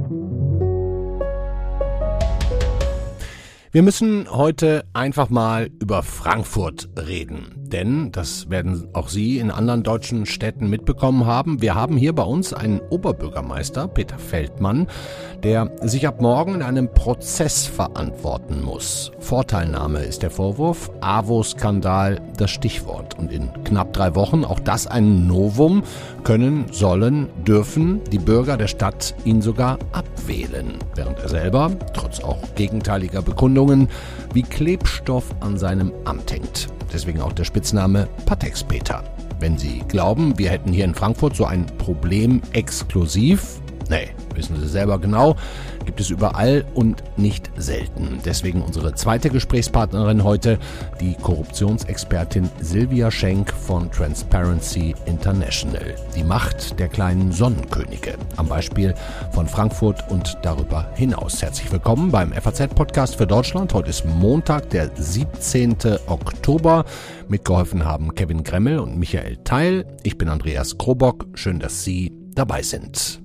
Wir müssen heute einfach mal über Frankfurt reden, denn das werden auch Sie in anderen deutschen Städten mitbekommen haben. Wir haben hier bei uns einen Oberbürgermeister, Peter Feldmann, der sich ab morgen in einem Prozess verantworten muss. Vorteilnahme ist der Vorwurf, AWO-Skandal das Stichwort. Und in knapp 3 Wochen, auch das ein Novum, können, sollen, dürfen die Bürger der Stadt ihn sogar abwählen, während er selber, trotz auch gegenteiliger Bekundungen, wie Klebstoff an seinem Amt hängt. Deswegen auch der Spitzname Patex-Peter. Wenn Sie glauben, wir hätten hier in Frankfurt so ein Problem exklusiv, nee, wissen Sie selber genau, gibt es überall und nicht selten. Deswegen unsere zweite Gesprächspartnerin heute, die Korruptionsexpertin Sylvia Schenk von Transparency International. Die Macht der kleinen Sonnenkönige. Am Beispiel von Frankfurt und darüber hinaus. Herzlich willkommen beim FAZ-Podcast für Deutschland. Heute ist Montag, der 17. Oktober. Mitgeholfen haben Kevin Gremmel und Michael Theil. Ich bin Andreas Krobock. Schön, dass Sie dabei sind.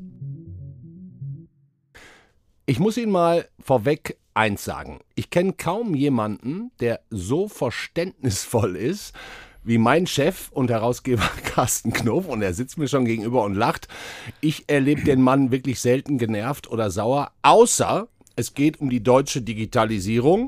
Ich muss Ihnen mal vorweg eins sagen. Ich kenne kaum jemanden, der so verständnisvoll ist wie mein Chef und Herausgeber Carsten Knob. Und er sitzt mir schon gegenüber und lacht. Ich erlebe den Mann wirklich selten genervt oder sauer, außer es geht um die deutsche Digitalisierung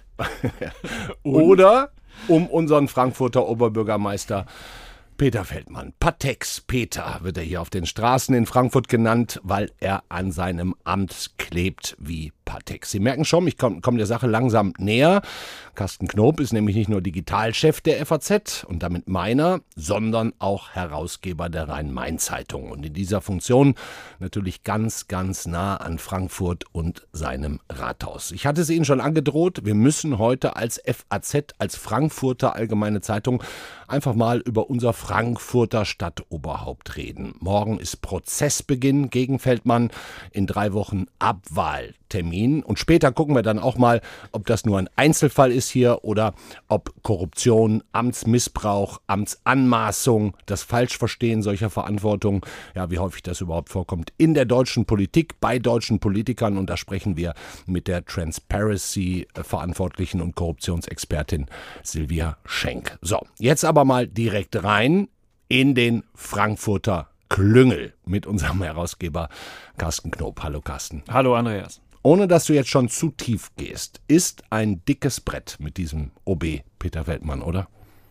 oder um unseren Frankfurter Oberbürgermeister Peter Feldmann. Patex-Peter wird er hier auf den Straßen in Frankfurt genannt, weil er an seinem Amt klebt wie Patex. Sie merken schon, ich komme der Sache langsam näher. Carsten Knob ist nämlich nicht nur Digitalchef der FAZ und damit meiner, sondern auch Herausgeber der Rhein-Main-Zeitung. Und in dieser Funktion natürlich ganz, ganz nah an Frankfurt und seinem Rathaus. Ich hatte es Ihnen schon angedroht, wir müssen heute als FAZ, als Frankfurter Allgemeine Zeitung, einfach mal über unser Frankfurter Stadtoberhaupt reden. Morgen ist Prozessbeginn gegen Feldmann, in 3 Wochen Abwahltermin. Und später gucken wir dann auch mal, ob das nur ein Einzelfall ist hier oder ob Korruption, Amtsmissbrauch, Amtsanmaßung, das Falschverstehen solcher Verantwortung, ja, wie häufig das überhaupt vorkommt in der deutschen Politik, bei deutschen Politikern. Und da sprechen wir mit der Transparency-Verantwortlichen und Korruptionsexpertin Sylvia Schenk. So, jetzt aber mal direkt rein in den Frankfurter Klüngel mit unserem Herausgeber Carsten Knob. Hallo Carsten. Hallo Andreas. Ohne dass du jetzt schon zu tief gehst, ist ein dickes Brett mit diesem OB Peter Feldmann, oder?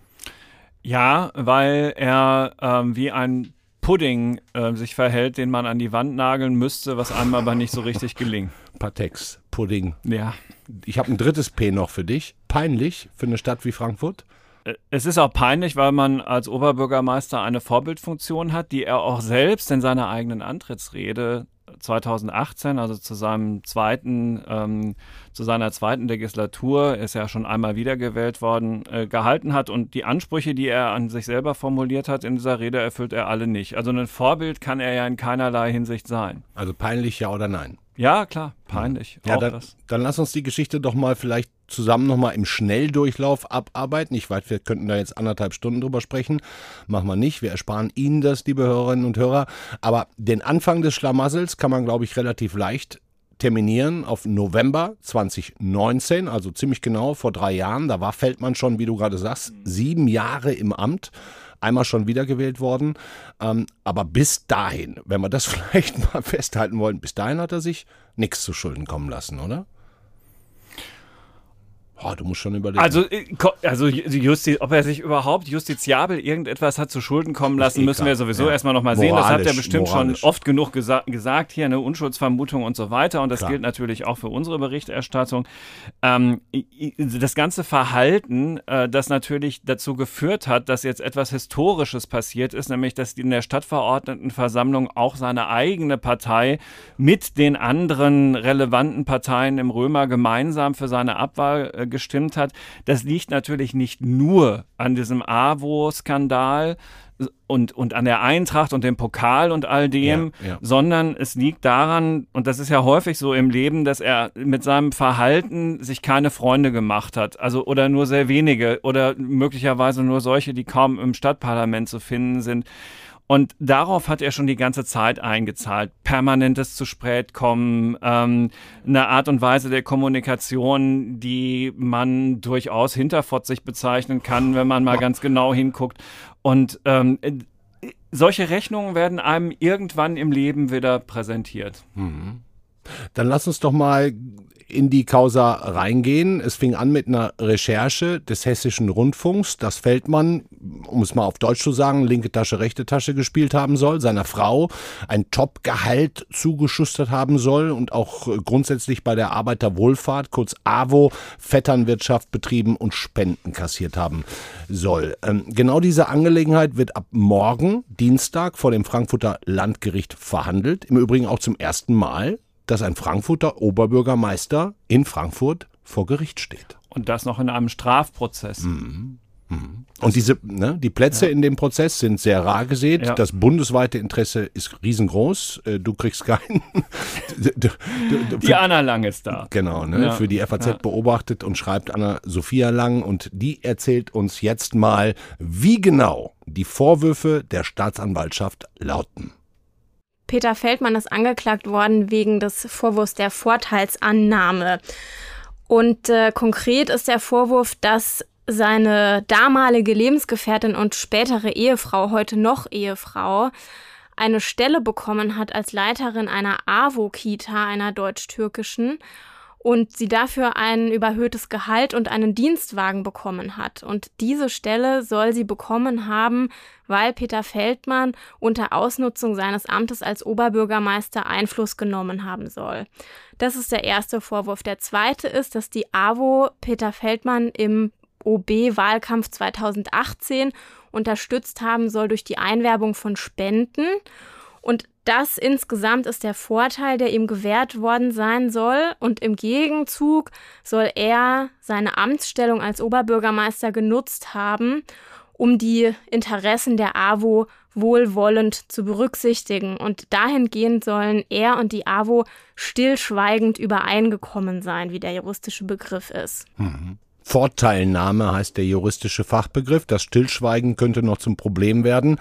Ja, weil er wie ein Pudding sich verhält, den man an die Wand nageln müsste, was einem aber nicht so richtig gelingt. Patex, Pudding. Ja. Ich habe ein drittes P noch für dich. Peinlich für eine Stadt wie Frankfurt? Es ist auch peinlich, weil man als Oberbürgermeister eine Vorbildfunktion hat, die er auch selbst in seiner eigenen Antrittsrede 2018, also zu seiner zweiten Legislatur, ist ja schon einmal wiedergewählt worden, gehalten hat. Und die Ansprüche, die er an sich selber formuliert hat in dieser Rede, erfüllt er alle nicht. Also ein Vorbild kann er ja in keinerlei Hinsicht sein. Also peinlich, ja oder nein? Ja, klar, peinlich. Ja, auch dann lass uns die Geschichte doch mal vielleicht zusammen nochmal im Schnelldurchlauf abarbeiten. Ich weiß, wir könnten da jetzt 1,5 Stunden drüber sprechen. Machen wir nicht. Wir ersparen Ihnen das, liebe Hörerinnen und Hörer. Aber den Anfang des Schlamassels kann man, glaube ich, relativ leicht terminieren auf November 2019, also ziemlich genau vor 3 Jahren. Da war Feldmann schon, wie du gerade sagst, 7 Jahre im Amt. Einmal schon wiedergewählt worden. Aber bis dahin, wenn wir das vielleicht mal festhalten wollen, bis dahin hat er sich nichts zu Schulden kommen lassen, oder? Oh, du musst schon überlegen. Also ob er sich überhaupt justiziabel irgendetwas hat zu Schulden kommen lassen, müssen wir sowieso erstmal nochmal sehen. Das hat er bestimmt schon oft genug gesagt, hier eine Unschuldsvermutung und so weiter. Und das gilt natürlich auch für unsere Berichterstattung. Das ganze Verhalten, das natürlich dazu geführt hat, dass jetzt etwas Historisches passiert ist, nämlich dass in der Stadtverordnetenversammlung auch seine eigene Partei mit den anderen relevanten Parteien im Römer gemeinsam für seine Abwahl gestimmt hat. Das liegt natürlich nicht nur an diesem AWO-Skandal und an der Eintracht und dem Pokal und all dem, sondern es liegt daran, und das ist ja häufig so im Leben, dass er mit seinem Verhalten sich keine Freunde gemacht hat. Also oder nur sehr wenige oder möglicherweise nur solche, die kaum im Stadtparlament zu finden sind. Und darauf hat er schon die ganze Zeit eingezahlt. Permanentes zu spät kommen, eine Art und Weise der Kommunikation, die man durchaus hinterfotzig bezeichnen kann, wenn man mal ganz genau hinguckt. Und solche Rechnungen werden einem irgendwann im Leben wieder präsentiert. Dann lass uns doch mal in die Causa reingehen. Es fing an mit einer Recherche des Hessischen Rundfunks, dass Feldmann, um es mal auf Deutsch zu sagen, linke Tasche, rechte Tasche gespielt haben soll, seiner Frau ein Top-Gehalt zugeschustert haben soll und auch grundsätzlich bei der Arbeiterwohlfahrt, kurz AWO, Vetternwirtschaft betrieben und Spenden kassiert haben soll. Genau diese Angelegenheit wird ab morgen, Dienstag, vor dem Frankfurter Landgericht verhandelt. Im Übrigen auch zum ersten Mal, dass ein Frankfurter Oberbürgermeister in Frankfurt vor Gericht steht. Und das noch in einem Strafprozess. Und die Plätze in dem Prozess sind sehr rar gesät. Ja. Das bundesweite Interesse ist riesengroß. Du kriegst keinen. Die Anna Lang ist da. Genau, für die FAZ beobachtet und schreibt Anna-Sophia Lang. Und die erzählt uns jetzt mal, wie genau die Vorwürfe der Staatsanwaltschaft lauten. Peter Feldmann ist angeklagt worden wegen des Vorwurfs der Vorteilsannahme. Und konkret ist der Vorwurf, dass seine damalige Lebensgefährtin und spätere Ehefrau, heute noch Ehefrau, eine Stelle bekommen hat als Leiterin einer AWO-Kita, einer deutsch-türkischen, und sie dafür ein überhöhtes Gehalt und einen Dienstwagen bekommen hat. Und diese Stelle soll sie bekommen haben, weil Peter Feldmann unter Ausnutzung seines Amtes als Oberbürgermeister Einfluss genommen haben soll. Das ist der erste Vorwurf. Der zweite ist, dass die AWO Peter Feldmann im OB-Wahlkampf 2018 unterstützt haben soll durch die Einwerbung von Spenden. Und das insgesamt ist der Vorteil, der ihm gewährt worden sein soll. Und im Gegenzug soll er seine Amtsstellung als Oberbürgermeister genutzt haben, um die Interessen der AWO wohlwollend zu berücksichtigen. Und dahingehend sollen er und die AWO stillschweigend übereingekommen sein, wie der juristische Begriff ist. Vorteilnahme heißt der juristische Fachbegriff. Das Stillschweigen könnte noch zum Problem werden.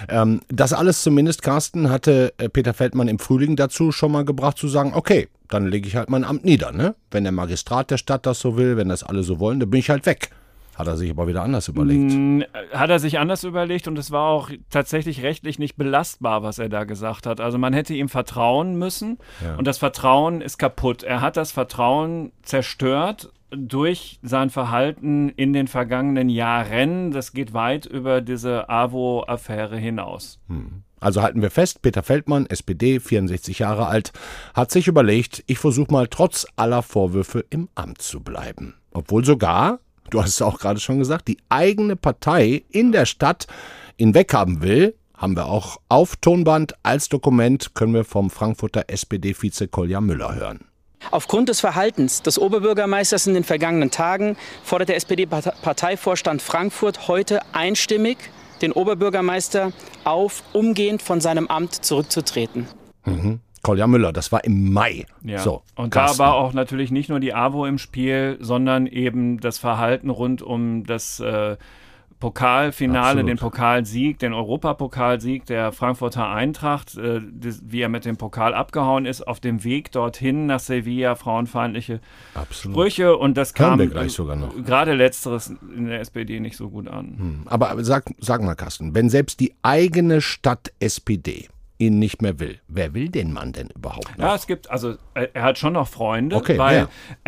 Das alles zumindest, Carsten, hatte Peter Feldmann im Frühling dazu schon mal gebracht zu sagen, okay, dann lege ich halt mein Amt nieder. Ne? Wenn der Magistrat der Stadt das so will, wenn das alle so wollen, dann bin ich halt weg. Hat er sich aber wieder anders überlegt. Hat er sich anders überlegt und es war auch tatsächlich rechtlich nicht belastbar, was er da gesagt hat. Also man hätte ihm vertrauen müssen und das Vertrauen ist kaputt. Er hat das Vertrauen zerstört durch sein Verhalten in den vergangenen Jahren. Das geht weit über diese AWO-Affäre hinaus. Also halten wir fest, Peter Feldmann, SPD, 64 Jahre alt, hat sich überlegt, ich versuche mal trotz aller Vorwürfe im Amt zu bleiben. Obwohl sogar, du hast es auch gerade schon gesagt, die eigene Partei in der Stadt ihn weghaben will. Haben wir auch auf Tonband als Dokument, können wir vom Frankfurter SPD-Vize Kolja Müller hören. Aufgrund des Verhaltens des Oberbürgermeisters in den vergangenen Tagen fordert der SPD-Parteivorstand Frankfurt heute einstimmig den Oberbürgermeister auf, umgehend von seinem Amt zurückzutreten. Kolja Müller, das war im Mai. Ja. So, und Carsten. Da war auch natürlich nicht nur die AWO im Spiel, sondern eben das Verhalten rund um das Pokalfinale, Absolut. den Pokalsieg, den Europapokalsieg der Frankfurter Eintracht, wie er mit dem Pokal abgehauen ist, auf dem Weg dorthin nach Sevilla, frauenfeindliche Sprüche, und das kam gleich sogar noch. Gerade letzteres in der SPD nicht so gut an. Aber sag mal, Carsten, wenn selbst die eigene Stadt SPD ihn nicht mehr will, wer will den Mann denn überhaupt noch? Ja, es gibt, also er hat schon noch Freunde, Okay, weil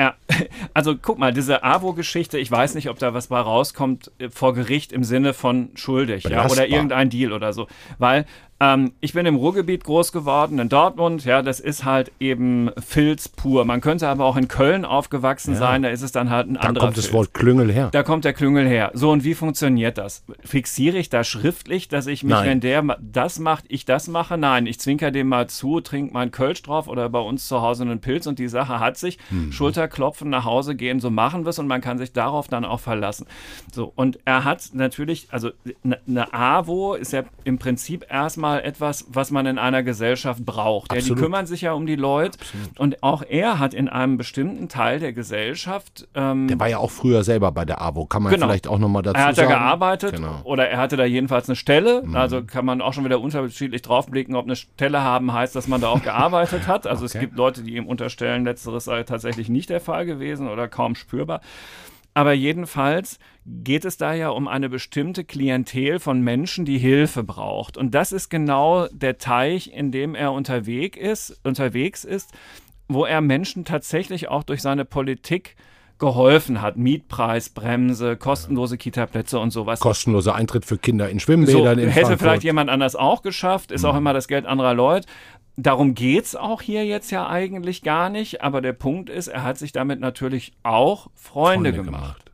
also guck mal, diese AWO-Geschichte, ich weiß nicht, ob da was bei rauskommt vor Gericht im Sinne von schuldig, oder irgendein Deal oder so, weil ich bin im Ruhrgebiet groß geworden, in Dortmund, das ist halt eben Filz pur. Man könnte aber auch in Köln aufgewachsen sein, da ist es dann halt ein anderer Filz. Da kommt das Wort Klüngel her. Da kommt der Klüngel her. So, und wie funktioniert das? Fixiere ich da schriftlich, dass ich mich, wenn der das macht, ich das mache? Nein, ich zwinker dem mal zu, trinke mein Kölsch drauf oder bei uns zu Hause einen Pilz und die Sache hat sich. Schulterklopfen, nach Hause gehen, so machen wir es und man kann sich darauf dann auch verlassen. So, und er hat natürlich, also eine AWO ist ja im Prinzip erstmal manchmal etwas, was man in einer Gesellschaft braucht. Ja, die kümmern sich ja um die Leute. Absolut. Und auch er hat in einem bestimmten Teil der Gesellschaft... der war ja auch früher selber bei der AWO, kann man vielleicht auch nochmal dazu sagen. Er hat da gearbeitet oder er hatte da jedenfalls eine Stelle. Also kann man auch schon wieder unterschiedlich draufblicken, ob eine Stelle haben heißt, dass man da auch gearbeitet hat. Also es gibt Leute, die ihm unterstellen, letzteres sei tatsächlich nicht der Fall gewesen oder kaum spürbar. Aber jedenfalls geht es da ja um eine bestimmte Klientel von Menschen, die Hilfe braucht. Und das ist genau der Teich, in dem er unterwegs ist, wo er Menschen tatsächlich auch durch seine Politik geholfen hat. Mietpreisbremse, kostenlose Kita-Plätze und sowas. Kostenloser Eintritt für Kinder in Schwimmbädern in hätte Frankfurt. Vielleicht jemand anders auch geschafft, ist auch immer das Geld anderer Leute. Darum geht's auch hier jetzt ja eigentlich gar nicht, aber der Punkt ist, er hat sich damit natürlich auch Freunde gemacht.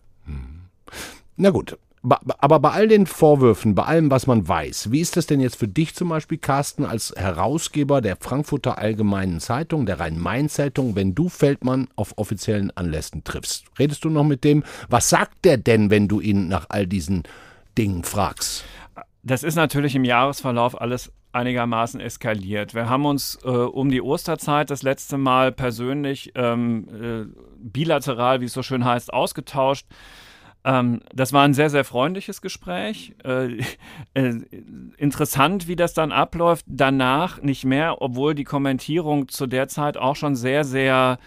Na gut, aber bei all den Vorwürfen, bei allem, was man weiß, wie ist das denn jetzt für dich zum Beispiel, Carsten, als Herausgeber der Frankfurter Allgemeinen Zeitung, der Rhein-Main-Zeitung, wenn du Feldmann auf offiziellen Anlässen triffst? Redest du noch mit dem? Was sagt der denn, wenn du ihn nach all diesen Dingen fragst? Das ist natürlich im Jahresverlauf alles einigermaßen eskaliert. Wir haben uns um die Osterzeit das letzte Mal persönlich bilateral, wie es so schön heißt, ausgetauscht. Das war ein sehr, sehr freundliches Gespräch. Interessant, wie das dann abläuft. Danach nicht mehr, obwohl die Kommentierung zu der Zeit auch schon sehr, sehr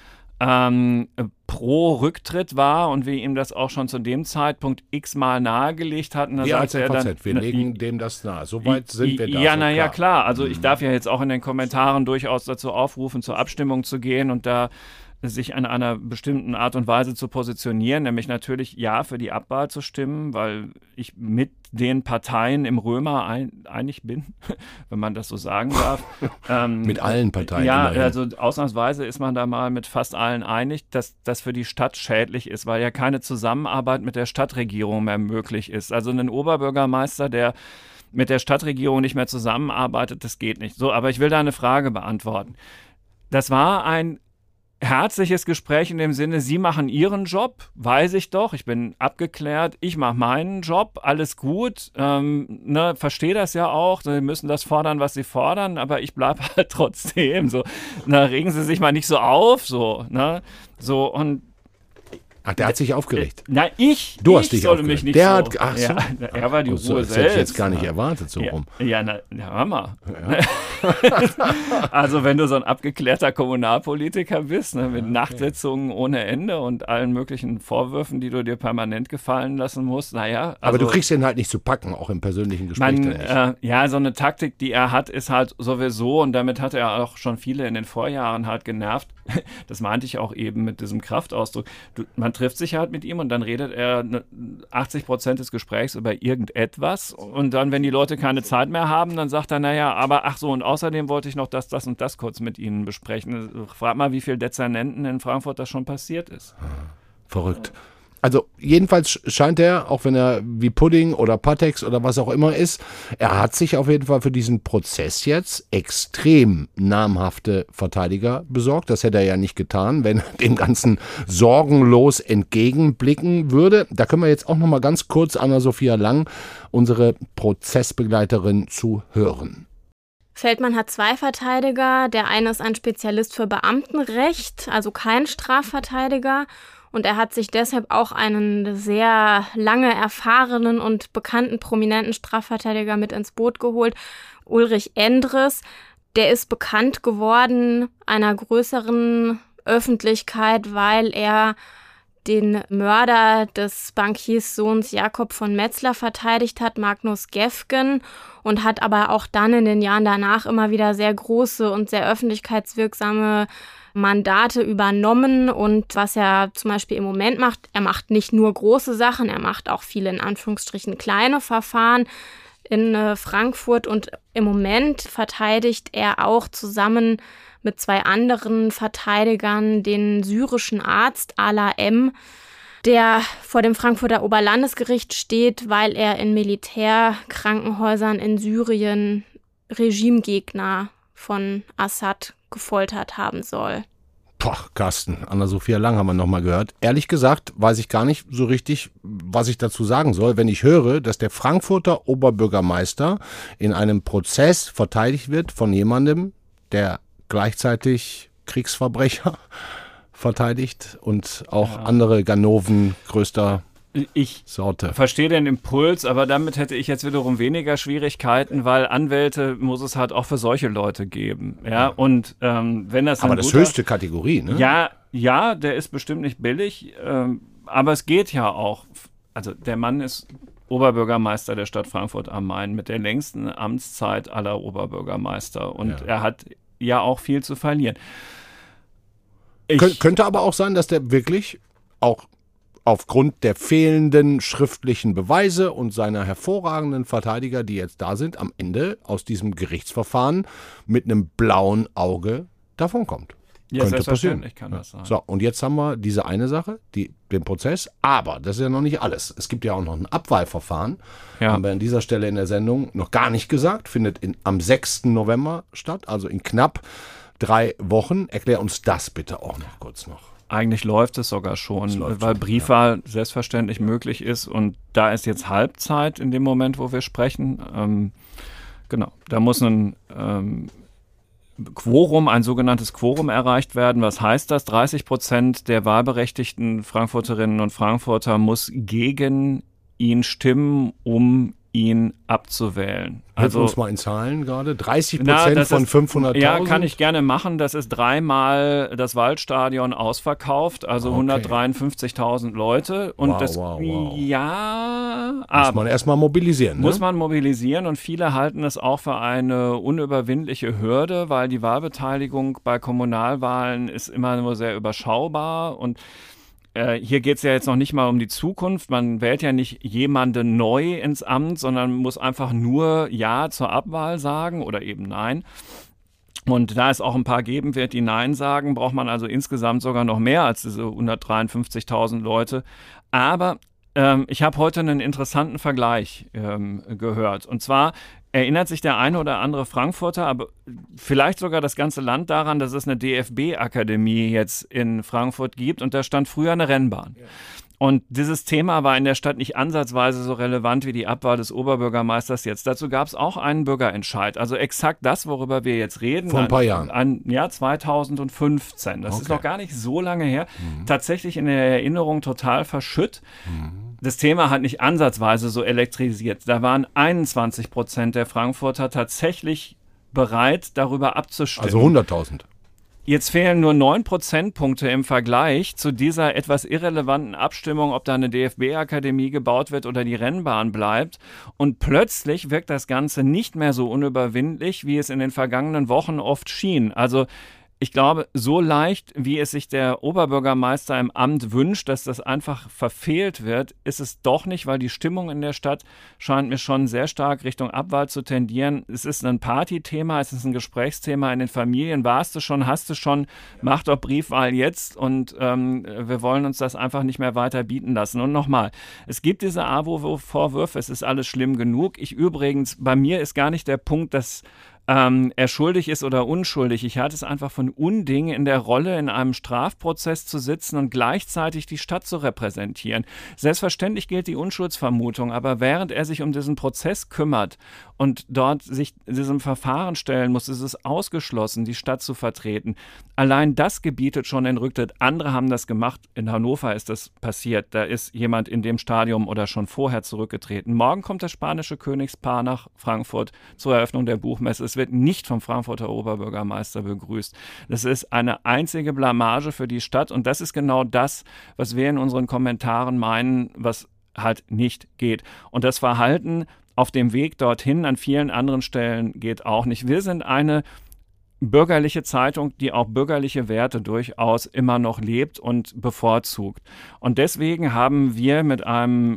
pro Rücktritt war und wir ihm das auch schon zu dem Zeitpunkt x-mal nahegelegt hatten. Wir als FAZ, wir legen dem das nahe. So weit sind wir da. Ja, naja, klar. Also ich darf ja jetzt auch in den Kommentaren durchaus dazu aufrufen, zur Abstimmung zu gehen und da sich in einer bestimmten Art und Weise zu positionieren, nämlich natürlich ja für die Abwahl zu stimmen, weil ich mit den Parteien im Römer einig bin, wenn man das so sagen darf. Mit allen Parteien? Ja, immerhin. Also ausnahmsweise ist man da mal mit fast allen einig, dass das für die Stadt schädlich ist, weil ja keine Zusammenarbeit mit der Stadtregierung mehr möglich ist. Also ein Oberbürgermeister, der mit der Stadtregierung nicht mehr zusammenarbeitet, das geht nicht. So, aber ich will da eine Frage beantworten. Das war ein herzliches Gespräch in dem Sinne, Sie machen Ihren Job, weiß ich doch, ich bin abgeklärt, ich mache meinen Job, alles gut, verstehe das ja auch, Sie müssen das fordern, was Sie fordern, aber ich bleibe halt trotzdem so, regen Sie sich mal nicht so auf, so und Ach, der hat sich aufgeregt. Na, Du hast dich solle mich nicht der so. Hat, ach so. Ja, er war die Ruhe selbst. Das hätte ich jetzt gar nicht erwartet, so rum. Hör mal. Also wenn du so ein abgeklärter Kommunalpolitiker bist, mit Nachtsitzungen ohne Ende und allen möglichen Vorwürfen, die du dir permanent gefallen lassen musst, naja. Aber du kriegst den halt nicht zu packen, auch im persönlichen Gespräch. So eine Taktik, die er hat, ist halt sowieso, und damit hat er auch schon viele in den Vorjahren halt genervt. Das meinte ich auch eben mit diesem Kraftausdruck. Man trifft sich halt mit ihm und dann redet er 80% des Gesprächs über irgendetwas und dann, wenn die Leute keine Zeit mehr haben, dann sagt er, naja, aber ach so, und außerdem wollte ich noch das und das kurz mit Ihnen besprechen. Frag mal, wie viele Dezernenten in Frankfurt das schon passiert ist. Verrückt. Also jedenfalls scheint er, auch wenn er wie Pudding oder Patex oder was auch immer ist, er hat sich auf jeden Fall für diesen Prozess jetzt extrem namhafte Verteidiger besorgt. Das hätte er ja nicht getan, wenn er dem Ganzen sorgenlos entgegenblicken würde. Da können wir jetzt auch noch mal ganz kurz Anna-Sophia Lang, unsere Prozessbegleiterin, zu hören. Feldmann hat 2 Verteidiger. Der eine ist ein Spezialist für Beamtenrecht, also kein Strafverteidiger. Und er hat sich deshalb auch einen sehr lange erfahrenen und bekannten prominenten Strafverteidiger mit ins Boot geholt, Ulrich Endres. Der ist bekannt geworden einer größeren Öffentlichkeit, weil er den Mörder des Bankierssohns Jakob von Metzler verteidigt hat, Magnus Gefgen, und hat aber auch dann in den Jahren danach immer wieder sehr große und sehr öffentlichkeitswirksame Mandate übernommen. Und was er zum Beispiel im Moment macht, er macht nicht nur große Sachen, er macht auch viele in Anführungsstrichen kleine Verfahren in Frankfurt, und im Moment verteidigt er auch zusammen mit 2 anderen Verteidigern den syrischen Arzt Ala M., der vor dem Frankfurter Oberlandesgericht steht, weil er in Militärkrankenhäusern in Syrien Regimegegner von Assad gefoltert haben soll. Carsten, Anna-Sophia Lang haben wir nochmal gehört. Ehrlich gesagt weiß ich gar nicht so richtig, was ich dazu sagen soll, wenn ich höre, dass der Frankfurter Oberbürgermeister in einem Prozess verteidigt wird von jemandem, der gleichzeitig Kriegsverbrecher verteidigt und auch andere Ganoven größter Sorte. Ich verstehe den Impuls, aber damit hätte ich jetzt wiederum weniger Schwierigkeiten, weil Anwälte muss es halt auch für solche Leute geben. Ja, und wenn das aber das höchste Kategorie, ne? Ja, der ist bestimmt nicht billig, aber es geht ja auch. Also der Mann ist Oberbürgermeister der Stadt Frankfurt am Main mit der längsten Amtszeit aller Oberbürgermeister und er hat ja auch viel zu verlieren. Könnte aber auch sein, dass der wirklich auch aufgrund der fehlenden schriftlichen Beweise und seiner hervorragenden Verteidiger, die jetzt da sind, am Ende aus diesem Gerichtsverfahren mit einem blauen Auge davonkommt. Ja, könnte passieren. Kann das sein. So, und jetzt haben wir diese eine Sache, den Prozess, aber das ist ja noch nicht alles. Es gibt ja auch noch ein Abwahlverfahren, haben wir an dieser Stelle in der Sendung noch gar nicht gesagt, findet am 6. November statt, also in knapp 3 Wochen. Erklär uns das bitte auch noch kurz noch. Eigentlich läuft es sogar schon, weil Briefwahl selbstverständlich möglich ist und da ist jetzt Halbzeit in dem Moment, wo wir sprechen. Genau, da muss ein Quorum, ein sogenanntes Quorum erreicht werden. Was heißt das? 30% der wahlberechtigten Frankfurterinnen und Frankfurter muss gegen ihn stimmen, um ihn abzuwählen. Also uns mal in Zahlen gerade. 30% von 500.000? Ja, kann ich gerne machen. Das ist 3-mal das Waldstadion ausverkauft, also 153.000 Leute. Und ja, muss man erstmal mobilisieren. Muss man mobilisieren und viele halten es auch für eine unüberwindliche Hürde, weil die Wahlbeteiligung bei Kommunalwahlen ist immer nur sehr überschaubar und hier geht es ja jetzt noch nicht mal um die Zukunft. Man wählt ja nicht jemanden neu ins Amt, sondern muss einfach nur Ja zur Abwahl sagen oder eben Nein. Und da es auch ein paar geben wird, die Nein sagen, braucht man also insgesamt sogar noch mehr als diese 153.000 Leute. Aber ich habe heute einen interessanten Vergleich gehört. Und zwar erinnert sich der eine oder andere Frankfurter, aber vielleicht sogar das ganze Land daran, dass es eine DFB-Akademie jetzt in Frankfurt gibt und da stand früher eine Rennbahn. Ja. Und dieses Thema war in der Stadt nicht ansatzweise so relevant wie die Abwahl des Oberbürgermeisters jetzt. Dazu gab es auch einen Bürgerentscheid. Also exakt das, worüber wir jetzt reden. Vor ein paar Jahren. Ja, 2015. Das ist noch gar nicht so lange her. Tatsächlich in der Erinnerung total verschütt. Das Thema hat nicht ansatzweise so elektrisiert. Da waren 21% der Frankfurter tatsächlich bereit, darüber abzustimmen. Also 100.000. Jetzt fehlen nur 9 Prozentpunkte im Vergleich zu dieser etwas irrelevanten Abstimmung, ob da eine DFB-Akademie gebaut wird oder die Rennbahn bleibt. Und plötzlich wirkt das Ganze nicht mehr so unüberwindlich, wie es in den vergangenen Wochen oft schien. Also ich glaube, so leicht, wie es sich der Oberbürgermeister im Amt wünscht, dass das einfach verfehlt wird, ist es doch nicht, weil die Stimmung in der Stadt scheint mir schon sehr stark Richtung Abwahl zu tendieren. Es ist ein Partythema, es ist ein Gesprächsthema in den Familien. Warst du schon, hast du schon, mach doch Briefwahl jetzt und wir wollen uns das einfach nicht mehr weiter bieten lassen. Und nochmal, es gibt diese AWO-Vorwürfe, es ist alles schlimm genug. Bei mir ist gar nicht der Punkt, dass er schuldig ist oder unschuldig. Ich halte es einfach von Unding, in der Rolle in einem Strafprozess zu sitzen und gleichzeitig die Stadt zu repräsentieren. Selbstverständlich gilt die Unschuldsvermutung, aber während er sich um diesen Prozess kümmert und dort sich diesem Verfahren stellen muss, ist es ausgeschlossen, die Stadt zu vertreten. Allein das gebietet schon den Rücktritt. Andere haben das gemacht. In Hannover ist das passiert. Da ist jemand in dem Stadium oder schon vorher zurückgetreten. Morgen kommt das spanische Königspaar nach Frankfurt zur Eröffnung der Buchmesse. Es wird nicht vom Frankfurter Oberbürgermeister begrüßt. Das ist eine einzige Blamage für die Stadt und das ist genau das, was wir in unseren Kommentaren meinen, was halt nicht geht. Und das Verhalten auf dem Weg dorthin an vielen anderen Stellen geht auch nicht. Wir sind eine bürgerliche Zeitung, die auch bürgerliche Werte durchaus immer noch lebt und bevorzugt. Und deswegen haben wir mit einem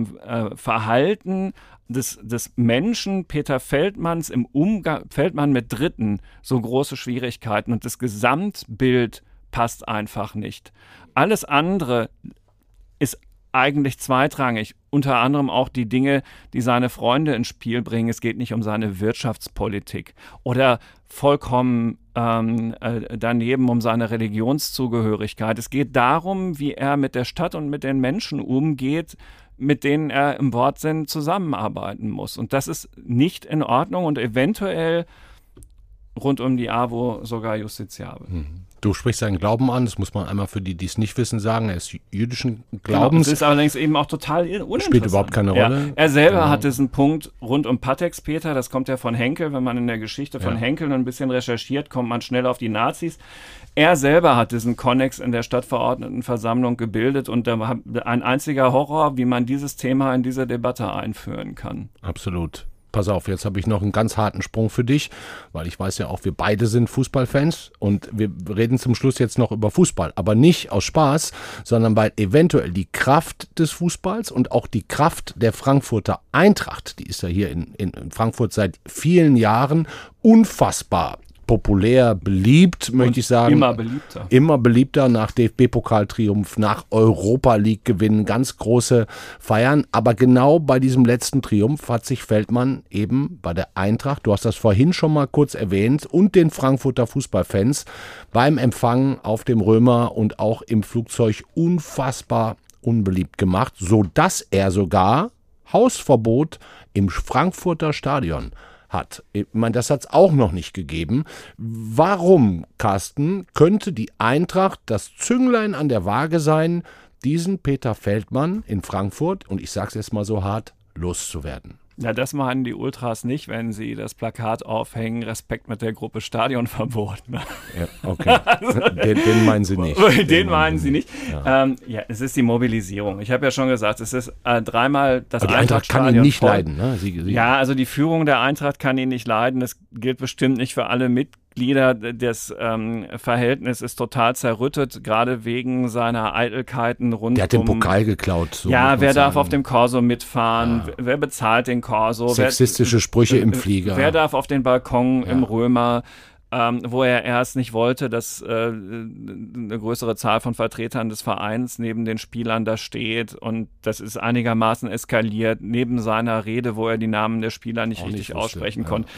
Verhalten des Menschen Peter Feldmanns im Umgang, Feldmann mit Dritten, so große Schwierigkeiten und das Gesamtbild passt einfach nicht. Alles andere ist eigentlich zweitrangig, unter anderem auch die Dinge, die seine Freunde ins Spiel bringen. Es geht nicht um seine Wirtschaftspolitik oder vollkommen daneben um seine Religionszugehörigkeit. Es geht darum, wie er mit der Stadt und mit den Menschen umgeht, mit denen er im Wortsinn zusammenarbeiten muss. Und das ist nicht in Ordnung und eventuell rund um die AWO sogar justiziabel. Du sprichst seinen Glauben an, das muss man einmal für die, die es nicht wissen, sagen. Er ist jüdischen Glaubens. Das ist allerdings eben auch total uninteressant. Spielt überhaupt keine Rolle. Ja, er selber hat diesen Punkt rund um Patex, Peter, das kommt ja von Henkel. Wenn man in der Geschichte von Henkel ein bisschen recherchiert, kommt man schnell auf die Nazis. Er selber hat diesen Konnex in der Stadtverordnetenversammlung gebildet und da war ein einziger Horror, wie man dieses Thema in diese Debatte einführen kann. Absolut. Pass auf, jetzt habe ich noch einen ganz harten Sprung für dich, weil ich weiß ja auch, wir beide sind Fußballfans und wir reden zum Schluss jetzt noch über Fußball, aber nicht aus Spaß, sondern weil eventuell die Kraft des Fußballs und auch die Kraft der Frankfurter Eintracht, die ist ja hier in Frankfurt seit vielen Jahren unfassbar populär, beliebt, möchte ich sagen. Immer beliebter. Immer beliebter nach DFB-Pokaltriumph, nach Europa-League-Gewinnen, ganz große Feiern. Aber genau bei diesem letzten Triumph hat sich Feldmann eben bei der Eintracht, du hast das vorhin schon mal kurz erwähnt, und den Frankfurter Fußballfans beim Empfang auf dem Römer und auch im Flugzeug unfassbar unbeliebt gemacht, sodass er sogar Hausverbot im Frankfurter Stadion hat. Ich meine, das hat es auch noch nicht gegeben. Warum, Carsten, könnte die Eintracht das Zünglein an der Waage sein, diesen Peter Feldmann in Frankfurt, und ich sage es jetzt mal so hart, loszuwerden? Ja, das meinen die Ultras nicht, wenn sie das Plakat aufhängen, Respekt mit der Gruppe Stadionverbot. Ne? Ja, okay. Den meinen sie nicht. Den meinen sie nicht. Ja. Es ist die Mobilisierung. Ich habe ja schon gesagt, es ist dreimal das Aber die Eintracht kann ihn nicht leiden. Ne? Ja, also die Führung der Eintracht kann ihn nicht leiden. Das gilt bestimmt nicht für alle Mitglieder. Das Verhältnis ist total zerrüttet, gerade wegen seiner Eitelkeiten rund um... Der hat den Pokal geklaut. So ja, wer darf auf dem Corso mitfahren? Ja. Wer bezahlt den Corso? Sexistische Sprüche im Flieger. Wer darf auf den Balkon im Römer? Wo er erst nicht wollte, dass eine größere Zahl von Vertretern des Vereins neben den Spielern da steht. Und das ist einigermaßen eskaliert, neben seiner Rede, wo er die Namen der Spieler nicht richtig aussprechen konnte.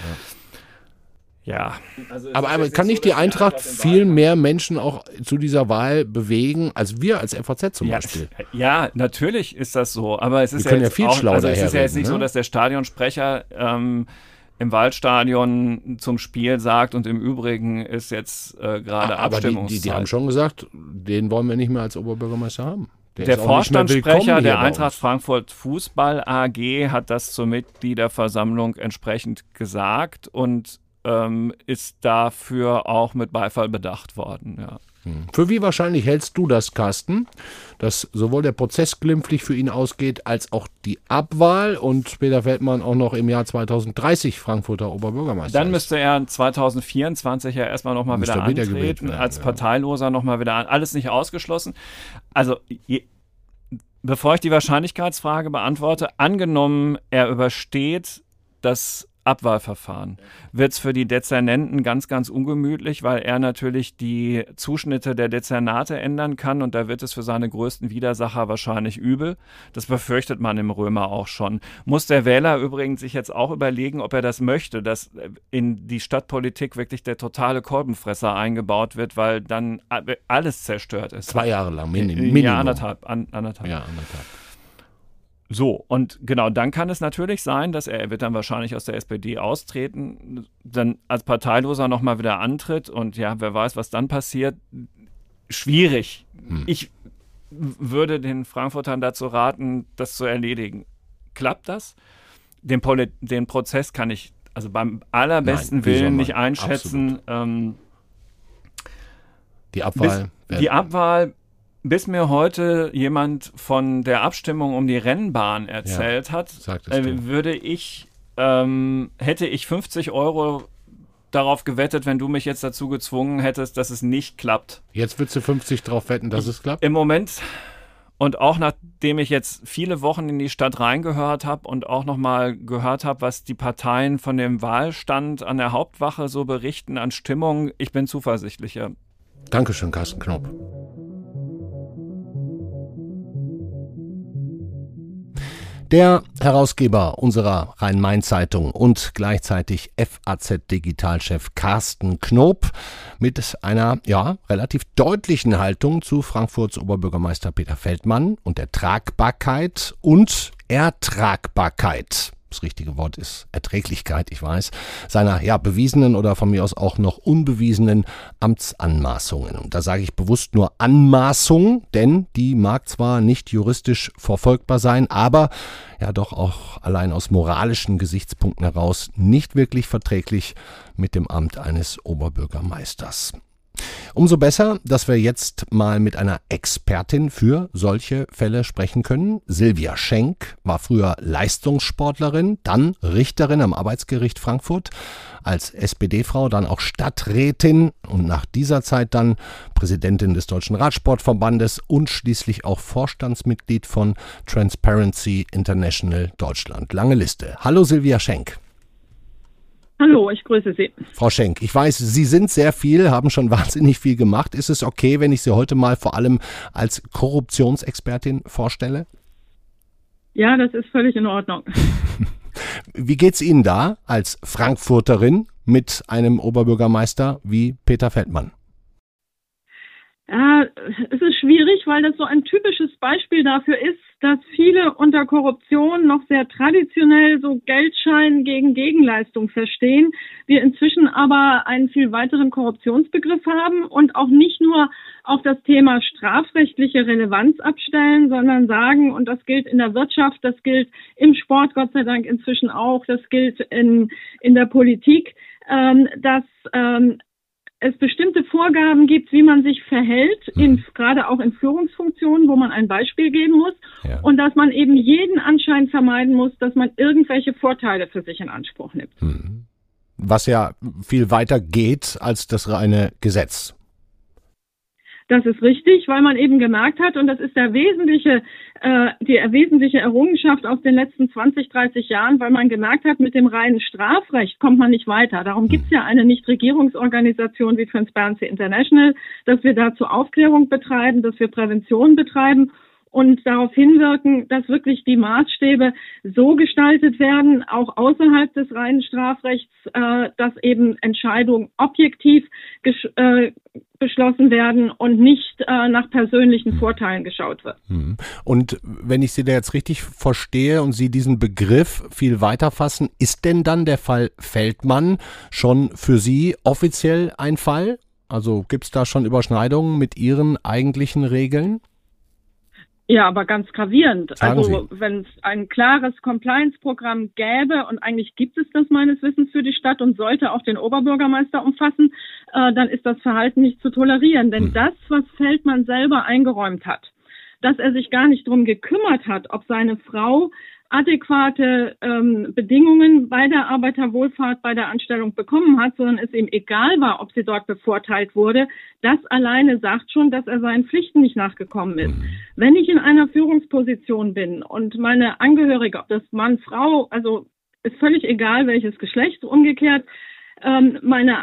Ja. Also aber kann nicht die Eintracht viel mehr Menschen auch zu dieser Wahl bewegen, als wir als FAZ zum Beispiel? Ja, natürlich ist das so. Aber es ist wir können ja viel schlauer es ist ja jetzt nicht so, dass der Stadionsprecher im Waldstadion zum Spiel sagt und im Übrigen ist jetzt gerade Abstimmungszeit. Die haben schon gesagt, den wollen wir nicht mehr als Oberbürgermeister haben. Der Vorstandssprecher der Eintracht Frankfurt Fußball AG hat das zur Mitgliederversammlung entsprechend gesagt und ist dafür auch mit Beifall bedacht worden. Ja. Für wie wahrscheinlich hältst du das, Carsten, dass sowohl der Prozess glimpflich für ihn ausgeht, als auch die Abwahl und Peter Feldmann auch noch im Jahr 2030 Frankfurter Oberbürgermeister Dann müsste er 2024 ja erstmal nochmal wieder antreten, als Parteiloser nochmal wieder an. Alles nicht ausgeschlossen. Also, bevor ich die Wahrscheinlichkeitsfrage beantworte, angenommen, er übersteht das Abwahlverfahren, wird es für die Dezernenten ganz, ganz ungemütlich, weil er natürlich die Zuschnitte der Dezernate ändern kann und da wird es für seine größten Widersacher wahrscheinlich übel. Das befürchtet man im Römer auch schon. Muss der Wähler übrigens sich jetzt auch überlegen, ob er das möchte, dass in die Stadtpolitik wirklich der totale Kolbenfresser eingebaut wird, weil dann alles zerstört ist. 2 Jahre lang, Minimum. Ja, anderthalb. Ja, anderthalb. So, und genau, dann kann es natürlich sein, dass er wird dann wahrscheinlich aus der SPD austreten, dann als Parteiloser nochmal wieder antritt und ja, wer weiß, was dann passiert. Schwierig. Ich würde den Frankfurtern dazu raten, das zu erledigen. Klappt das? Den Prozess kann ich also beim allerbesten Willen nicht einschätzen. Die Abwahl? Die Abwahl, bis mir heute jemand von der Abstimmung um die Rennbahn erzählt hat, hätte ich 50 € darauf gewettet, wenn du mich jetzt dazu gezwungen hättest, dass es nicht klappt. Jetzt würdest du 50 drauf wetten, dass es klappt? Im Moment und auch nachdem ich jetzt viele Wochen in die Stadt reingehört habe und auch nochmal gehört habe, was die Parteien von dem Wahlstand an der Hauptwache so berichten an Stimmung, ich bin zuversichtlicher. Dankeschön, Carsten Knopp. Der Herausgeber unserer Rhein-Main-Zeitung und gleichzeitig FAZ-Digitalchef Carsten Knoop mit einer relativ deutlichen Haltung zu Frankfurts Oberbürgermeister Peter Feldmann und der Tragbarkeit und Ertragbarkeit. Das richtige Wort ist Erträglichkeit, ich weiß, seiner bewiesenen oder von mir aus auch noch unbewiesenen Amtsanmaßungen. Und da sage ich bewusst nur Anmaßung, denn die mag zwar nicht juristisch verfolgbar sein, aber doch auch allein aus moralischen Gesichtspunkten heraus nicht wirklich verträglich mit dem Amt eines Oberbürgermeisters. Umso besser, dass wir jetzt mal mit einer Expertin für solche Fälle sprechen können. Silvia Schenk war früher Leistungssportlerin, dann Richterin am Arbeitsgericht Frankfurt, als SPD-Frau dann auch Stadträtin und nach dieser Zeit dann Präsidentin des Deutschen Radsportverbandes und schließlich auch Vorstandsmitglied von Transparency International Deutschland. Lange Liste. Hallo Silvia Schenk. Hallo, ich grüße Sie. Frau Schenk, ich weiß, Sie sind sehr viel, haben schon wahnsinnig viel gemacht. Ist es okay, wenn ich Sie heute mal vor allem als Korruptionsexpertin vorstelle? Ja, das ist völlig in Ordnung. Wie geht's Ihnen da als Frankfurterin mit einem Oberbürgermeister wie Peter Feldmann? Ja, es ist schwierig, weil das so ein typisches Beispiel dafür ist, dass viele unter Korruption noch sehr traditionell so Geldschein gegen Gegenleistung verstehen. Wir inzwischen aber einen viel weiteren Korruptionsbegriff haben und auch nicht nur auf das Thema strafrechtliche Relevanz abstellen, sondern sagen, und das gilt in der Wirtschaft, das gilt im Sport Gott sei Dank inzwischen auch, das gilt in der Politik, dass es bestimmte Vorgaben gibt, wie man sich verhält, gerade auch in Führungsfunktionen, wo man ein Beispiel geben muss, und dass man eben jeden Anschein vermeiden muss, dass man irgendwelche Vorteile für sich in Anspruch nimmt. Was ja viel weiter geht als das reine Gesetz. Das ist richtig, weil man eben gemerkt hat, und das ist die wesentliche Errungenschaft aus den letzten 20, 30 Jahren, weil man gemerkt hat, mit dem reinen Strafrecht kommt man nicht weiter. Darum gibt es ja eine Nichtregierungsorganisation wie Transparency International, dass wir dazu Aufklärung betreiben, dass wir Prävention betreiben und darauf hinwirken, dass wirklich die Maßstäbe so gestaltet werden, auch außerhalb des reinen Strafrechts, dass eben Entscheidungen objektiv beschlossen werden und nicht nach persönlichen Vorteilen geschaut wird. Und wenn ich Sie da jetzt richtig verstehe und Sie diesen Begriff viel weiter fassen, ist denn dann der Fall Feldmann schon für Sie offiziell ein Fall? Also gibt es da schon Überschneidungen mit Ihren eigentlichen Regeln? Ja, aber ganz gravierend. Also wenn es ein klares Compliance-Programm gäbe, und eigentlich gibt es das meines Wissens für die Stadt und sollte auch den Oberbürgermeister umfassen, dann ist das Verhalten nicht zu tolerieren. Denn das, was Feldmann selber eingeräumt hat, dass er sich gar nicht darum gekümmert hat, ob seine Frau adäquate Bedingungen bei der Arbeiterwohlfahrt, bei der Anstellung bekommen hat, sondern es ihm egal war, ob sie dort bevorteilt wurde, das alleine sagt schon, dass er seinen Pflichten nicht nachgekommen ist. Wenn ich in einer Führungsposition bin und meine Angehörige, ob das Mann, Frau, also ist völlig egal, welches Geschlecht, umgekehrt, meine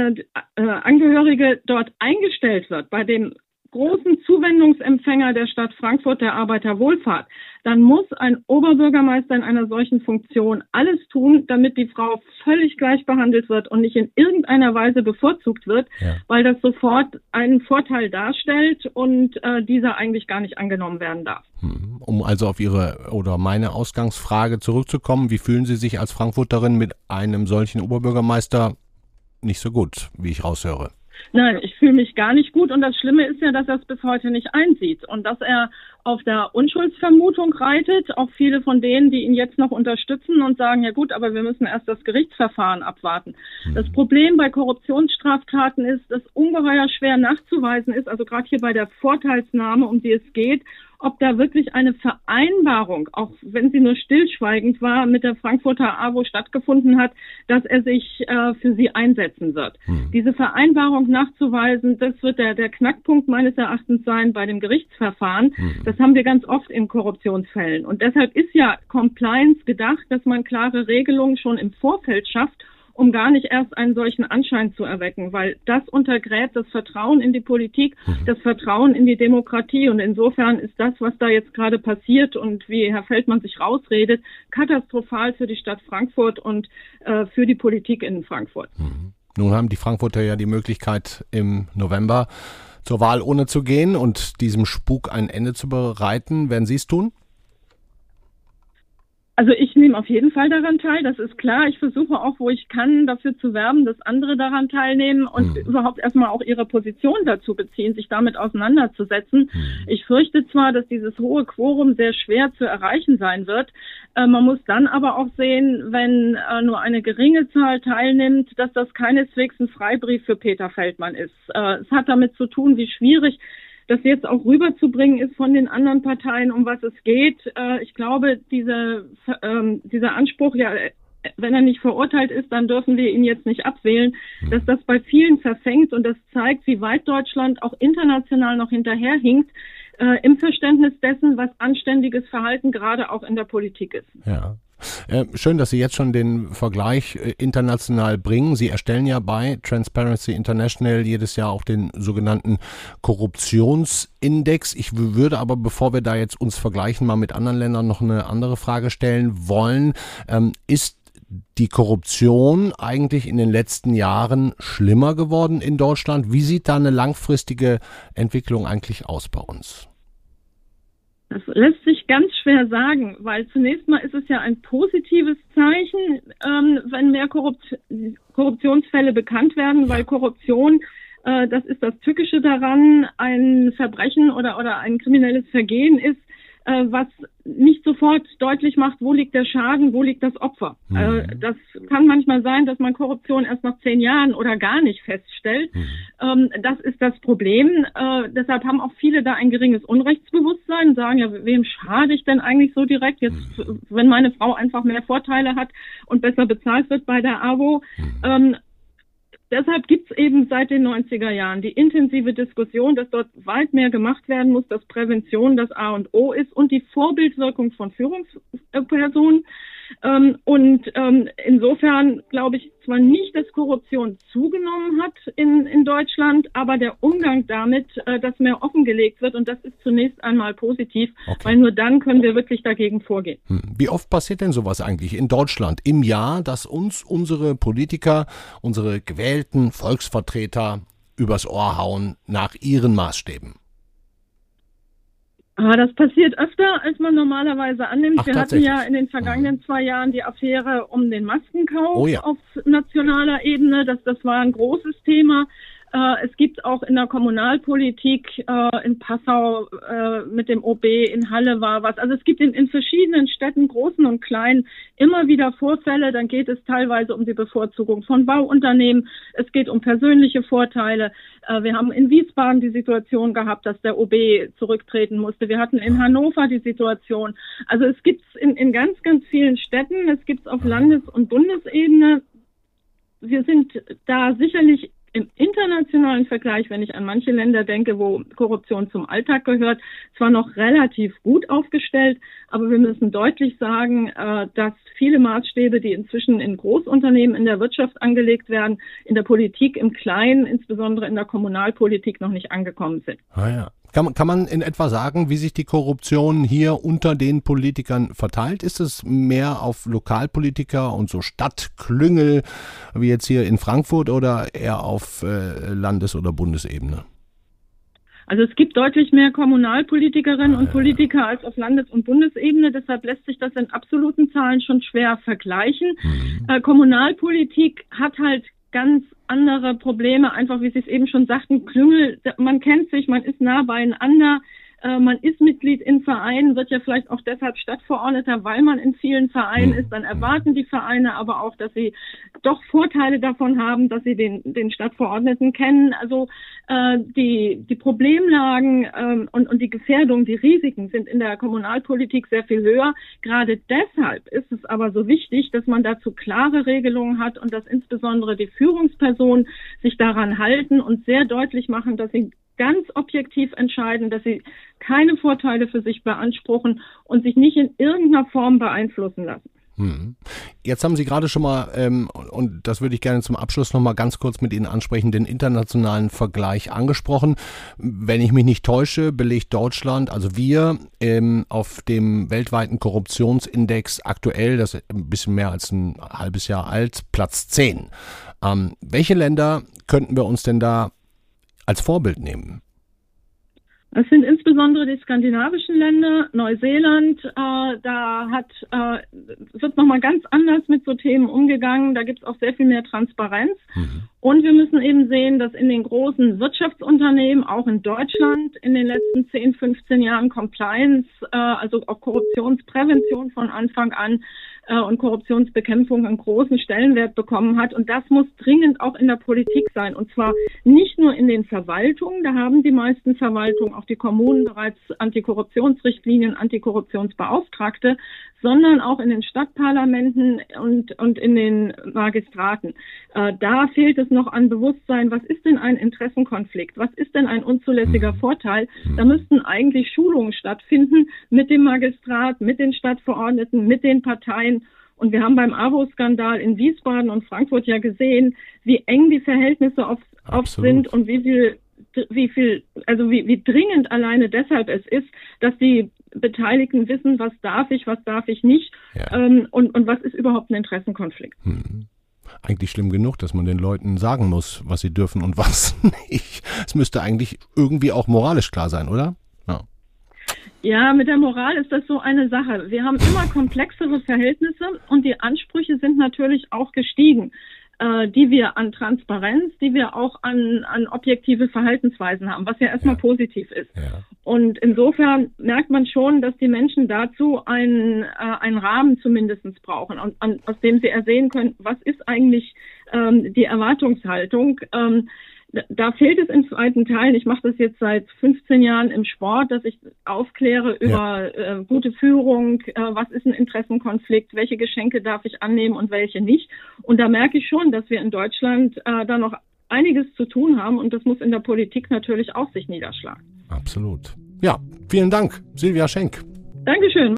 Angehörige dort eingestellt wird, bei dem großen Zuwendungsempfänger der Stadt Frankfurt, der Arbeiterwohlfahrt, dann muss ein Oberbürgermeister in einer solchen Funktion alles tun, damit die Frau völlig gleich behandelt wird und nicht in irgendeiner Weise bevorzugt wird, weil das sofort einen Vorteil darstellt und dieser eigentlich gar nicht angenommen werden darf. Um also auf Ihre oder meine Ausgangsfrage zurückzukommen, wie fühlen Sie sich als Frankfurterin mit einem solchen Oberbürgermeister? Nicht so gut, wie ich raushöre. Nein, ich fühle mich gar nicht gut, und das Schlimme ist ja, dass er es bis heute nicht einsieht und dass er auf der Unschuldsvermutung reitet. Auch viele von denen, die ihn jetzt noch unterstützen und sagen, ja gut, aber wir müssen erst das Gerichtsverfahren abwarten. Das Problem bei Korruptionsstraftaten ist, dass ungeheuer schwer nachzuweisen ist, also gerade hier bei der Vorteilsnahme, um die es geht, ob da wirklich eine Vereinbarung, auch wenn sie nur stillschweigend war, mit der Frankfurter AWO stattgefunden hat, dass er sich für sie einsetzen wird. Diese Vereinbarung nachzuweisen, das wird der Knackpunkt meines Erachtens sein bei dem Gerichtsverfahren. Das haben wir ganz oft in Korruptionsfällen. Und deshalb ist ja Compliance gedacht, dass man klare Regelungen schon im Vorfeld schafft, um gar nicht erst einen solchen Anschein zu erwecken, weil das untergräbt das Vertrauen in die Politik, das Vertrauen in die Demokratie. Und insofern ist das, was da jetzt gerade passiert und wie Herr Feldmann sich rausredet, katastrophal für die Stadt Frankfurt und für die Politik in Frankfurt. Nun haben die Frankfurter ja die Möglichkeit, im November zur Wahlurne zu gehen und diesem Spuk ein Ende zu bereiten. Werden Sie es tun? Also ich nehme auf jeden Fall daran teil, das ist klar. Ich versuche auch, wo ich kann, dafür zu werben, dass andere daran teilnehmen und überhaupt erstmal auch ihre Position dazu beziehen, sich damit auseinanderzusetzen. Ich fürchte zwar, dass dieses hohe Quorum sehr schwer zu erreichen sein wird. Man muss dann aber auch sehen, wenn nur eine geringe Zahl teilnimmt, dass das keineswegs ein Freibrief für Peter Feldmann ist. Es hat damit zu tun, wie schwierig das jetzt auch rüberzubringen ist von den anderen Parteien, um was es geht. Ich glaube, dieser Anspruch, ja, wenn er nicht verurteilt ist, dann dürfen wir ihn jetzt nicht abwählen, dass das bei vielen verfängt und das zeigt, wie weit Deutschland auch international noch hinterherhinkt im Verständnis dessen, was anständiges Verhalten gerade auch in der Politik ist. Ja. Schön, dass Sie jetzt schon den Vergleich international bringen. Sie erstellen ja bei Transparency International jedes Jahr auch den sogenannten Korruptionsindex. Ich würde aber, bevor wir da jetzt uns vergleichen, mal mit anderen Ländern noch eine andere Frage stellen wollen. Ist die Korruption eigentlich in den letzten Jahren schlimmer geworden in Deutschland? Wie sieht da eine langfristige Entwicklung eigentlich aus bei uns? Das lässt sich ganz schwer sagen, weil zunächst mal ist es ja ein positives Zeichen, wenn mehr Korruptionsfälle bekannt werden, weil Korruption, das ist das Tückische daran, ein Verbrechen oder ein kriminelles Vergehen ist, was nicht sofort deutlich macht, wo liegt der Schaden, wo liegt das Opfer. Das kann manchmal sein, dass man Korruption erst nach 10 Jahren oder gar nicht feststellt. Das ist das Problem. Deshalb haben auch viele da ein geringes Unrechtsbewusstsein und sagen, ja, wem schade ich denn eigentlich so direkt, jetzt, wenn meine Frau einfach mehr Vorteile hat und besser bezahlt wird bei der AWO. Deshalb gibt es eben seit den 90er Jahren die intensive Diskussion, dass dort weit mehr gemacht werden muss, dass Prävention das A und O ist und die Vorbildwirkung von Führungspersonen. Insofern glaube ich zwar nicht, dass Korruption zugenommen hat in Deutschland, aber der Umgang damit, dass mehr offengelegt wird und das ist zunächst einmal positiv, weil nur dann können wir wirklich dagegen vorgehen. Wie oft passiert denn sowas eigentlich in Deutschland im Jahr, dass uns unsere Politiker, unsere gewählten Volksvertreter übers Ohr hauen nach ihren Maßstäben? Das passiert öfter, als man normalerweise annimmt. Wir hatten ja in den vergangenen 2 Jahren die Affäre um den Maskenkauf auf nationaler Ebene. Das war ein großes Thema. Es gibt auch in der Kommunalpolitik in Passau mit dem OB, in Halle war was. Also es gibt in verschiedenen Städten, großen und kleinen, immer wieder Vorfälle. Dann geht es teilweise um die Bevorzugung von Bauunternehmen. Es geht um persönliche Vorteile. Wir haben in Wiesbaden die Situation gehabt, dass der OB zurücktreten musste. Wir hatten in Hannover die Situation. Also es gibt es in ganz, ganz vielen Städten. Es gibt es auf Landes- und Bundesebene. Wir sind da sicherlich im internationalen Vergleich, wenn ich an manche Länder denke, wo Korruption zum Alltag gehört, zwar noch relativ gut aufgestellt, aber wir müssen deutlich sagen, dass viele Maßstäbe, die inzwischen in Großunternehmen in der Wirtschaft angelegt werden, in der Politik im Kleinen, insbesondere in der Kommunalpolitik, noch nicht angekommen sind. Kann man in etwa sagen, wie sich die Korruption hier unter den Politikern verteilt? Ist es mehr auf Lokalpolitiker und so Stadtklüngel wie jetzt hier in Frankfurt oder eher auf Landes- oder Bundesebene? Also es gibt deutlich mehr Kommunalpolitikerinnen und Politiker als auf Landes- und Bundesebene. Deshalb lässt sich das in absoluten Zahlen schon schwer vergleichen. Kommunalpolitik hat halt ganz andere Probleme, einfach wie Sie es eben schon sagten, Klüngel, man kennt sich, man ist nah beieinander, man ist Mitglied in Vereinen, wird ja vielleicht auch deshalb Stadtverordneter, weil man in vielen Vereinen ist, dann erwarten die Vereine aber auch, dass sie doch Vorteile davon haben, dass sie den Stadtverordneten kennen. Also die Problemlagen und die Gefährdung, die Risiken sind in der Kommunalpolitik sehr viel höher. Gerade deshalb ist es aber so wichtig, dass man dazu klare Regelungen hat und dass insbesondere die Führungspersonen sich daran halten und sehr deutlich machen, dass sie ganz objektiv entscheiden, dass sie keine Vorteile für sich beanspruchen und sich nicht in irgendeiner Form beeinflussen lassen. Jetzt haben Sie gerade schon mal, und das würde ich gerne zum Abschluss noch mal ganz kurz mit Ihnen ansprechen, den internationalen Vergleich angesprochen. Wenn ich mich nicht täusche, belegt Deutschland, also wir, auf dem weltweiten Korruptionsindex aktuell, das ist ein bisschen mehr als ein halbes Jahr alt, Platz 10. Welche Länder könnten wir uns denn da als Vorbild nehmen? Das sind insbesondere die skandinavischen Länder, Neuseeland, wird nochmal ganz anders mit so Themen umgegangen. Da gibt es auch sehr viel mehr Transparenz. Und wir müssen eben sehen, dass in den großen Wirtschaftsunternehmen, auch in Deutschland, in den letzten 10, 15 Jahren Compliance, also auch Korruptionsprävention von Anfang an und Korruptionsbekämpfung einen großen Stellenwert bekommen hat. Und das muss dringend auch in der Politik sein. Und zwar nicht nur in den Verwaltungen, da haben die meisten Verwaltungen, auch die Kommunen, bereits Antikorruptionsrichtlinien, Antikorruptionsbeauftragte, sondern auch in den Stadtparlamenten und in den Magistraten. Da fehlt es noch an Bewusstsein, was ist denn ein Interessenkonflikt? Was ist denn ein unzulässiger Vorteil? Da müssten eigentlich Schulungen stattfinden mit dem Magistrat, mit den Stadtverordneten, mit den Parteien. Und wir haben beim AWO-Skandal in Wiesbaden und Frankfurt ja gesehen, wie eng die Verhältnisse oft sind und wie dringend alleine deshalb es ist, dass die Beteiligten wissen, was darf ich nicht, und was ist überhaupt ein Interessenkonflikt. Eigentlich schlimm genug, dass man den Leuten sagen muss, was sie dürfen und was nicht. Es müsste eigentlich irgendwie auch moralisch klar sein, oder? Ja, mit der Moral ist das so eine Sache. Wir haben immer komplexere Verhältnisse und die Ansprüche sind natürlich auch gestiegen, die wir an Transparenz, die wir auch an objektive Verhaltensweisen haben, was ja erstmal positiv ist. Ja. Und insofern merkt man schon, dass die Menschen dazu einen Rahmen zumindest brauchen, aus dem sie ersehen können, was ist eigentlich die Erwartungshaltung. Da fehlt es in weiten Teilen. Ich mache das jetzt seit 15 Jahren im Sport, dass ich aufkläre über gute Führung, was ist ein Interessenkonflikt, welche Geschenke darf ich annehmen und welche nicht. Und da merke ich schon, dass wir in Deutschland da noch einiges zu tun haben und das muss in der Politik natürlich auch sich niederschlagen. Absolut. Ja, vielen Dank, Silvia Schenk. Dankeschön.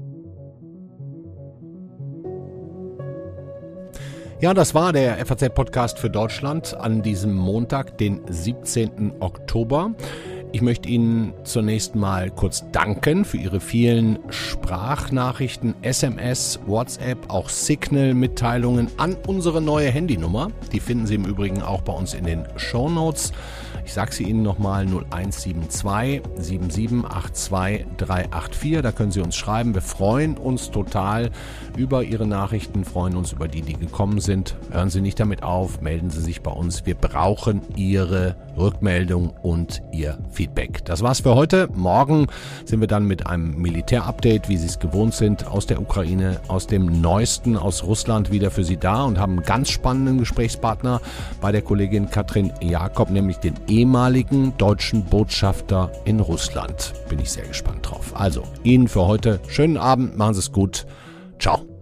Ja, das war der FAZ-Podcast für Deutschland an diesem Montag, den 17. Oktober. Ich möchte Ihnen zunächst mal kurz danken für Ihre vielen Sprachnachrichten, SMS, WhatsApp, auch Signal-Mitteilungen an unsere neue Handynummer. Die finden Sie im Übrigen auch bei uns in den Shownotes. Ich sage sie Ihnen nochmal, 0172 7782 384. Da können Sie uns schreiben. Wir freuen uns total über Ihre Nachrichten, freuen uns über die gekommen sind. Hören Sie nicht damit auf, melden Sie sich bei uns. Wir brauchen Ihre Rückmeldung und Ihr Feedback. Das war's für heute. Morgen sind wir dann mit einem Militärupdate, wie Sie es gewohnt sind, aus der Ukraine, aus dem Neuesten, aus Russland wieder für Sie da und haben einen ganz spannenden Gesprächspartner bei der Kollegin Katrin Jakob, nämlich den ehemaligen deutschen Botschafter in Russland. Bin ich sehr gespannt drauf. Also, Ihnen für heute schönen Abend, machen Sie es gut. Ciao.